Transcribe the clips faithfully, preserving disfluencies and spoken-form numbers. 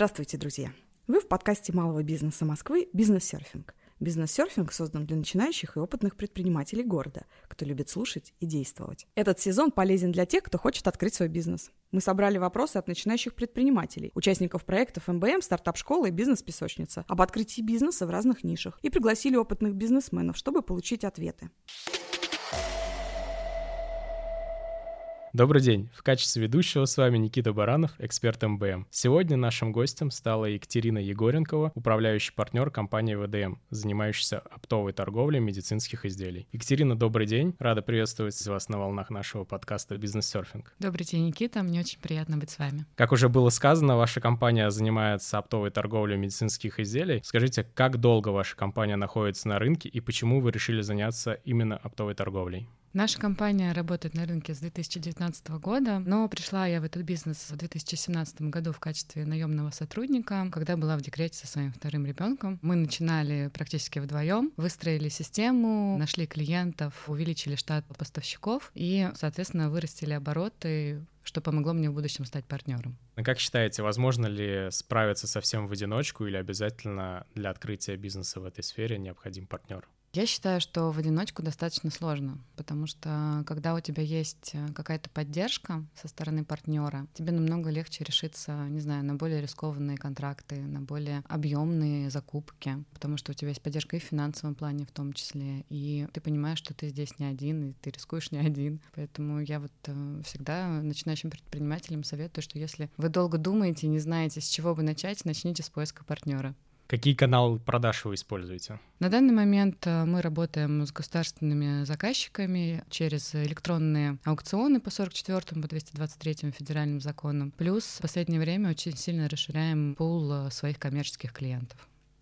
Здравствуйте, друзья! Вы в подкасте малого бизнеса Москвы «Бизнес-серфинг». Бизнес-серфинг создан для начинающих и опытных предпринимателей города, кто любит слушать и действовать. Этот сезон полезен для тех, кто хочет открыть свой бизнес. Мы собрали вопросы от начинающих предпринимателей, участников проектов эм бэ эм, стартап-школы и бизнес-песочница об открытии бизнеса в разных нишах и пригласили опытных бизнесменов, чтобы получить ответы. Добрый день! В качестве ведущего с вами Никита Баранов, эксперт эм бэ эм. Сегодня нашим гостем стала Екатерина Егоренкова, управляющий партнер компании вэ дэ эм, занимающаяся оптовой торговлей медицинских изделий. Екатерина, добрый день! Рада приветствовать вас на волнах нашего подкаста «Бизнес-серфинг». Добрый день, Никита. Мне очень приятно быть с вами. Как уже было сказано, ваша компания занимается оптовой торговлей медицинских изделий. Скажите, как долго ваша компания находится на рынке и почему вы решили заняться именно оптовой торговлей? Наша компания работает на рынке с две тысячи девятнадцатого года, но пришла я в этот бизнес в две тысячи семнадцатом году в качестве наемного сотрудника, когда была в декрете со своим вторым ребенком. Мы начинали практически вдвоем, выстроили систему, нашли клиентов, увеличили штат поставщиков и, соответственно, вырастили обороты, что помогло мне в будущем стать партнером. Как считаете, возможно ли справиться совсем в одиночку или обязательно для открытия бизнеса в этой сфере необходим партнер? Я считаю, что в одиночку достаточно сложно, потому что когда у тебя есть какая-то поддержка со стороны партнера, тебе намного легче решиться, не знаю, на более рискованные контракты, на более объемные закупки, потому что у тебя есть поддержка и в финансовом плане в том числе, и ты понимаешь, что ты здесь не один, и ты рискуешь не один. Поэтому я вот всегда начинающим предпринимателям советую, что если вы долго думаете и не знаете, с чего бы начать, начните с поиска партнера. Какие каналы продаж вы используете? На данный момент мы работаем с государственными заказчиками через электронные аукционы по сорок четвёртому, по двести двадцать третьему федеральным законам. Плюс в последнее время очень сильно расширяем пул своих коммерческих клиентов.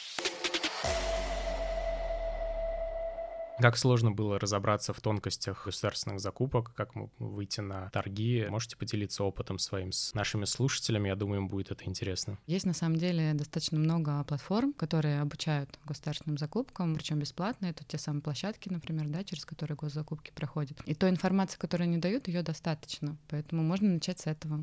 Как сложно было разобраться в тонкостях государственных закупок, как выйти на торги? Можете поделиться опытом своим с нашими слушателями? Я думаю, им будет это интересно. Есть на самом деле достаточно много платформ, которые обучают государственным закупкам, причем бесплатно. Это те самые площадки, например, да, через которые госзакупки проходят. И той информации, которую они дают, ее достаточно. Поэтому можно начать с этого.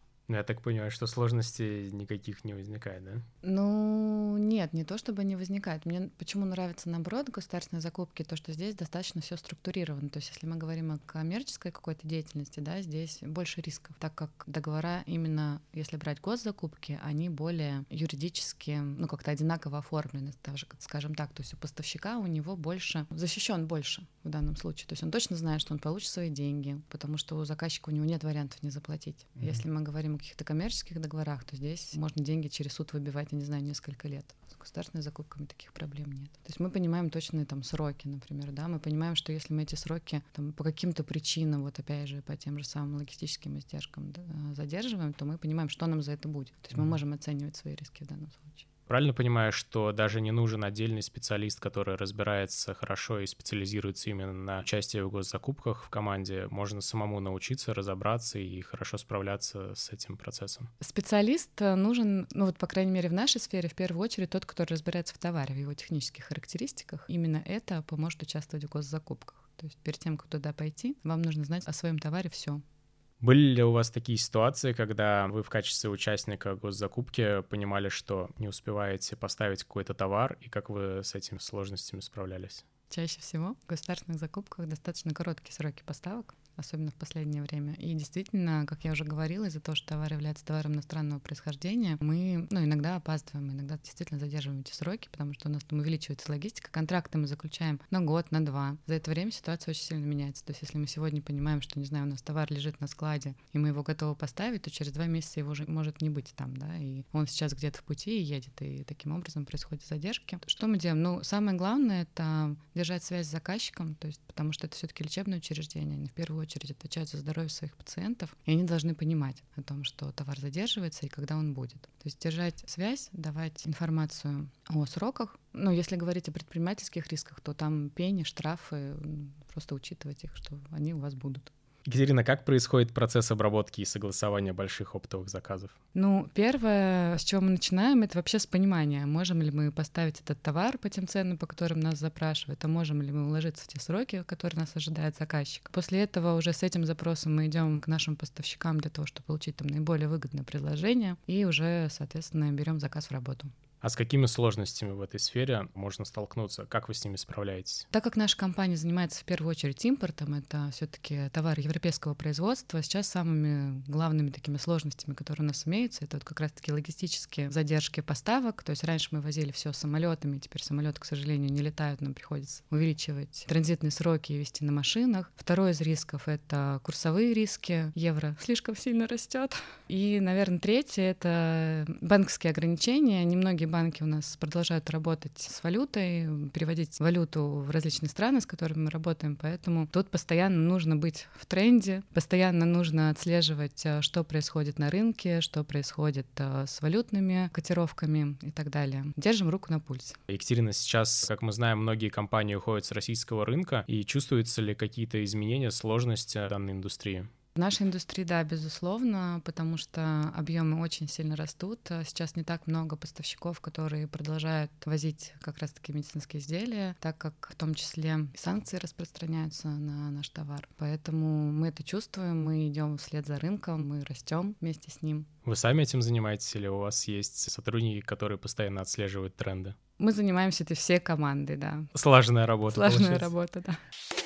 Я так понимаю, что сложностей никаких не возникает, да? Ну, нет, не то чтобы не возникает. Мне почему нравится, наоборот, государственные закупки, то, что здесь достаточно все структурировано. То есть если мы говорим о коммерческой какой-то деятельности, да, здесь больше рисков, так как договора именно, если брать госзакупки, они более юридически, ну, как-то одинаково оформлены, даже, скажем так. То есть у поставщика у него больше, защищен больше в данном случае. То есть он точно знает, что он получит свои деньги, потому что у заказчика у него нет вариантов не заплатить. Mm-hmm. Если мы говорим о каких-то коммерческих договорах, то здесь можно деньги через суд выбивать, я не знаю, несколько лет. С государственными закупками таких проблем нет. То есть мы понимаем точные там сроки, например, да, мы понимаем, что если мы эти сроки там, по каким-то причинам, вот опять же, по тем же самым логистическим издержкам, да, задерживаем, то мы понимаем, что нам за это будет. То есть мы можем оценивать свои риски в данном случае. Правильно понимаю, что даже не нужен отдельный специалист, который разбирается хорошо и специализируется именно на участии в госзакупках в команде? Можно самому научиться, разобраться и хорошо справляться с этим процессом? Специалист нужен, ну вот, по крайней мере, в нашей сфере, в первую очередь, тот, который разбирается в товаре, в его технических характеристиках. Именно это поможет участвовать в госзакупках. То есть перед тем, как туда пойти, вам нужно знать о своем товаре все. Были ли у вас такие ситуации, когда вы в качестве участника госзакупки понимали, что не успеваете поставить какой-то товар, и как вы с этими сложностями справлялись? Чаще всего в государственных закупках достаточно короткие сроки поставок, особенно в последнее время. И действительно, как я уже говорила, из-за того, что товар является товаром иностранного происхождения, мы ну, иногда опаздываем, иногда действительно задерживаем эти сроки, потому что у нас там увеличивается логистика, контракты мы заключаем на год, на два. За это время ситуация очень сильно меняется. То есть если мы сегодня понимаем, что, не знаю, у нас товар лежит на складе, и мы его готовы поставить, то через два месяца его уже может не быть там, да, и он сейчас где-то в пути и едет, и таким образом происходят задержки. Что мы делаем? Ну, самое главное — это держать связь с заказчиком, то есть, потому что это все-таки лечебное учреждение, они в первую очередь отвечают за здоровье своих пациентов, и они должны понимать о том, что товар задерживается и когда он будет. То есть держать связь, давать информацию о сроках. Ну, если говорить о предпринимательских рисках, то там пени, штрафы, просто учитывать их, что они у вас будут. Екатерина, как происходит процесс обработки и согласования больших оптовых заказов? Ну, первое, с чего мы начинаем, это вообще с понимания, можем ли мы поставить этот товар по тем ценам, по которым нас запрашивают, а можем ли мы уложиться в те сроки, которые нас ожидает заказчик. После этого уже с этим запросом мы идем к нашим поставщикам для того, чтобы получить там наиболее выгодное предложение, и уже, соответственно, берем заказ в работу. А с какими сложностями в этой сфере можно столкнуться? Как вы с ними справляетесь? Так как наша компания занимается в первую очередь импортом, это все-таки товар европейского производства, сейчас самыми главными такими сложностями, которые у нас имеются, это вот как раз-таки логистические задержки поставок. То есть раньше мы возили все самолетами, теперь самолеты, к сожалению, не летают, нам приходится увеличивать транзитные сроки и везти на машинах. Второй из рисков — это курсовые риски. Евро слишком сильно растет. И, наверное, третье — это банковские ограничения. Немногие банки у нас продолжают работать с валютой, переводить валюту в различные страны, с которыми мы работаем, поэтому тут постоянно нужно быть в тренде, постоянно нужно отслеживать, что происходит на рынке, что происходит с валютными котировками и так далее. Держим руку на пульсе. Екатерина, сейчас, как мы знаем, многие компании уходят с российского рынка, и чувствуются ли какие-то изменения, сложности данной индустрии? В нашей индустрии, да, безусловно, потому что объемы очень сильно растут. Сейчас не так много поставщиков, которые продолжают возить как раз-таки медицинские изделия, так как в том числе и санкции распространяются на наш товар. Поэтому мы это чувствуем, мы идем вслед за рынком, мы растем вместе с ним. Вы сами этим занимаетесь или у вас есть сотрудники, которые постоянно отслеживают тренды? Мы занимаемся этой всей командой, да. Слаженная работа. Слаженная получается. работа, да.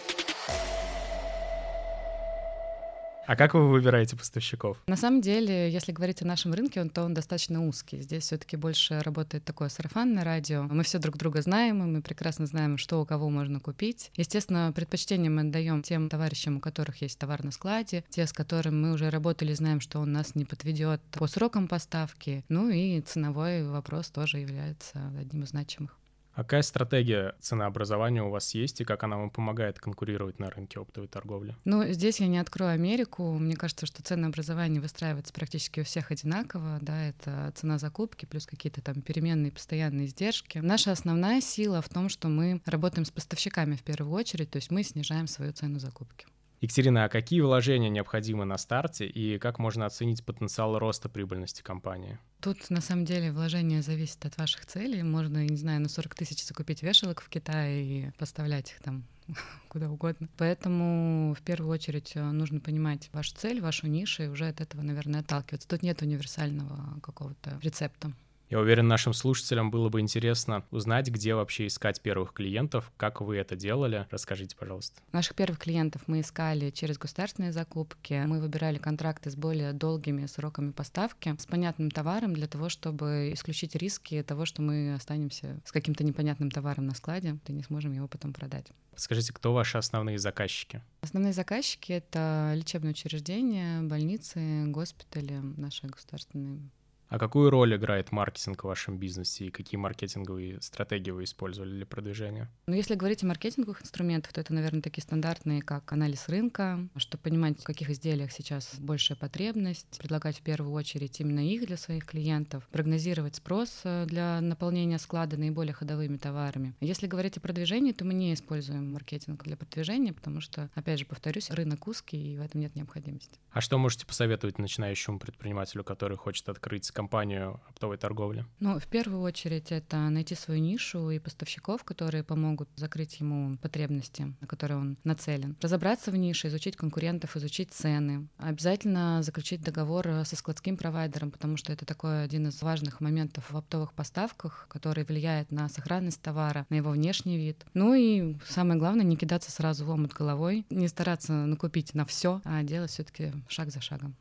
А как вы выбираете поставщиков? На самом деле, если говорить о нашем рынке, он, то он достаточно узкий. Здесь все-таки больше работает такое сарафанное радио. Мы все друг друга знаем, и мы прекрасно знаем, что у кого можно купить. Естественно, предпочтение мы отдаем тем товарищам, у которых есть товар на складе, те, с которыми мы уже работали, знаем, что он нас не подведет по срокам поставки. Ну и ценовой вопрос тоже является одним из значимых. А какая стратегия ценообразования у вас есть и как она вам помогает конкурировать на рынке оптовой торговли? Ну, здесь я не открою Америку. Мне кажется, что ценообразование выстраивается практически у всех одинаково. Да, это цена закупки плюс какие-то там переменные постоянные издержки. Наша основная сила в том, что мы работаем с поставщиками в первую очередь, то есть мы снижаем свою цену закупки. Екатерина, а какие вложения необходимы на старте и как можно оценить потенциал роста прибыльности компании? Тут, на самом деле, вложение зависит от ваших целей. Можно, я не знаю, на сорок тысяч закупить вешалок в Китае и поставлять их там куда угодно. Поэтому в первую очередь нужно понимать вашу цель, вашу нишу, и уже от этого, наверное, отталкиваться. Тут нет универсального какого-то рецепта. Я уверен, нашим слушателям было бы интересно узнать, где вообще искать первых клиентов, как вы это делали. Расскажите, пожалуйста. Наших первых клиентов мы искали через государственные закупки. Мы выбирали контракты с более долгими сроками поставки, с понятным товаром для того, чтобы исключить риски того, что мы останемся с каким-то непонятным товаром на складе и не сможем его потом продать. Скажите, кто ваши основные заказчики? Основные заказчики — это лечебные учреждения, больницы, госпитали, наши государственные. А какую роль играет маркетинг в вашем бизнесе и какие маркетинговые стратегии вы использовали для продвижения? Ну, если говорить о маркетинговых инструментах, то это, наверное, такие стандартные, как анализ рынка, чтобы понимать, в каких изделиях сейчас большая потребность, предлагать в первую очередь именно их для своих клиентов, прогнозировать спрос для наполнения склада наиболее ходовыми товарами. Если говорить о продвижении, то мы не используем маркетинг для продвижения, потому что, опять же, повторюсь, рынок узкий, и в этом нет необходимости. А что можете посоветовать начинающему предпринимателю, который хочет открыть компанию оптовой торговли? Ну, в первую очередь, это найти свою нишу и поставщиков, которые помогут закрыть ему потребности, на которые он нацелен. Разобраться в нише, изучить конкурентов, изучить цены. Обязательно заключить договор со складским провайдером, потому что это такой один из важных моментов в оптовых поставках, который влияет на сохранность товара, на его внешний вид. Ну и самое главное, не кидаться сразу в омут головой, не стараться накупить на все, а делать все-таки шаг за шагом.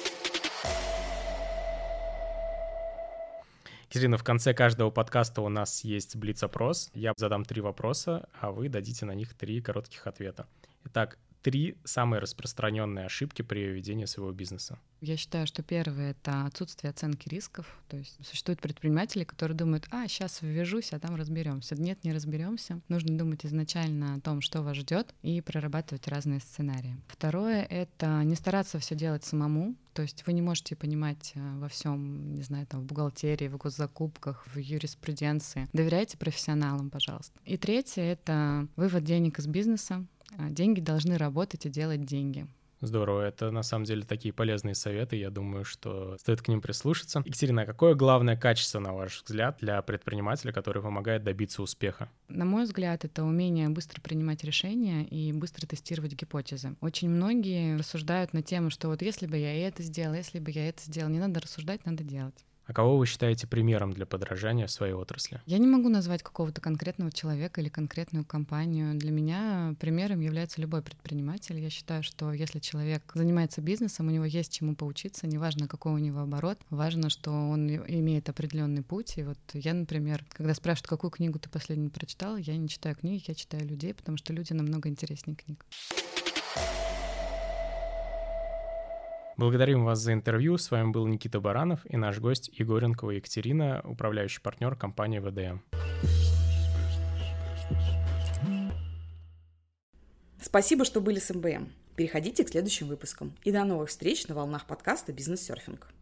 Екатерина, в конце каждого подкаста у нас есть блиц-опрос. Я задам три вопроса, а вы дадите на них три коротких ответа. Итак, три самые распространенные ошибки при ведении своего бизнеса. Я считаю, что первое — это отсутствие оценки рисков. То есть существуют предприниматели, которые думают: а, сейчас ввяжусь, а там разберемся. Нет, не разберемся. Нужно думать изначально о том, что вас ждет, и прорабатывать разные сценарии. Второе — это не стараться все делать самому. То есть вы не можете понимать во всем, не знаю, там, в бухгалтерии, в госзакупках, в юриспруденции. Доверяйте профессионалам, пожалуйста. И третье — это вывод денег из бизнеса. Деньги должны работать и делать деньги. Здорово, это на самом деле такие полезные советы, я думаю, что стоит к ним прислушаться. Екатерина, какое главное качество, на ваш взгляд, для предпринимателя, который помогает добиться успеха? На мой взгляд, это умение быстро принимать решения и быстро тестировать гипотезы. Очень многие рассуждают на тему, что вот если бы я это сделал, если бы я это сделал, не надо рассуждать, надо делать. А кого вы считаете примером для подражания в своей отрасли? Я не могу назвать какого-то конкретного человека или конкретную компанию. Для меня примером является любой предприниматель. Я считаю, что если человек занимается бизнесом, у него есть чему поучиться, неважно, какой у него оборот, важно, что он имеет определенный путь. И вот я, например, когда спрашивают, какую книгу ты последнюю прочитала, я не читаю книги, я читаю людей, потому что люди намного интереснее книг. Благодарим вас за интервью. С вами был Никита Баранов и наш гость Егоренкова Екатерина, управляющий партнер компании вэ дэ эм. Спасибо, что были с эм бэ эм. Переходите к следующим выпускам. И до новых встреч на волнах подкаста «Бизнес-серфинг».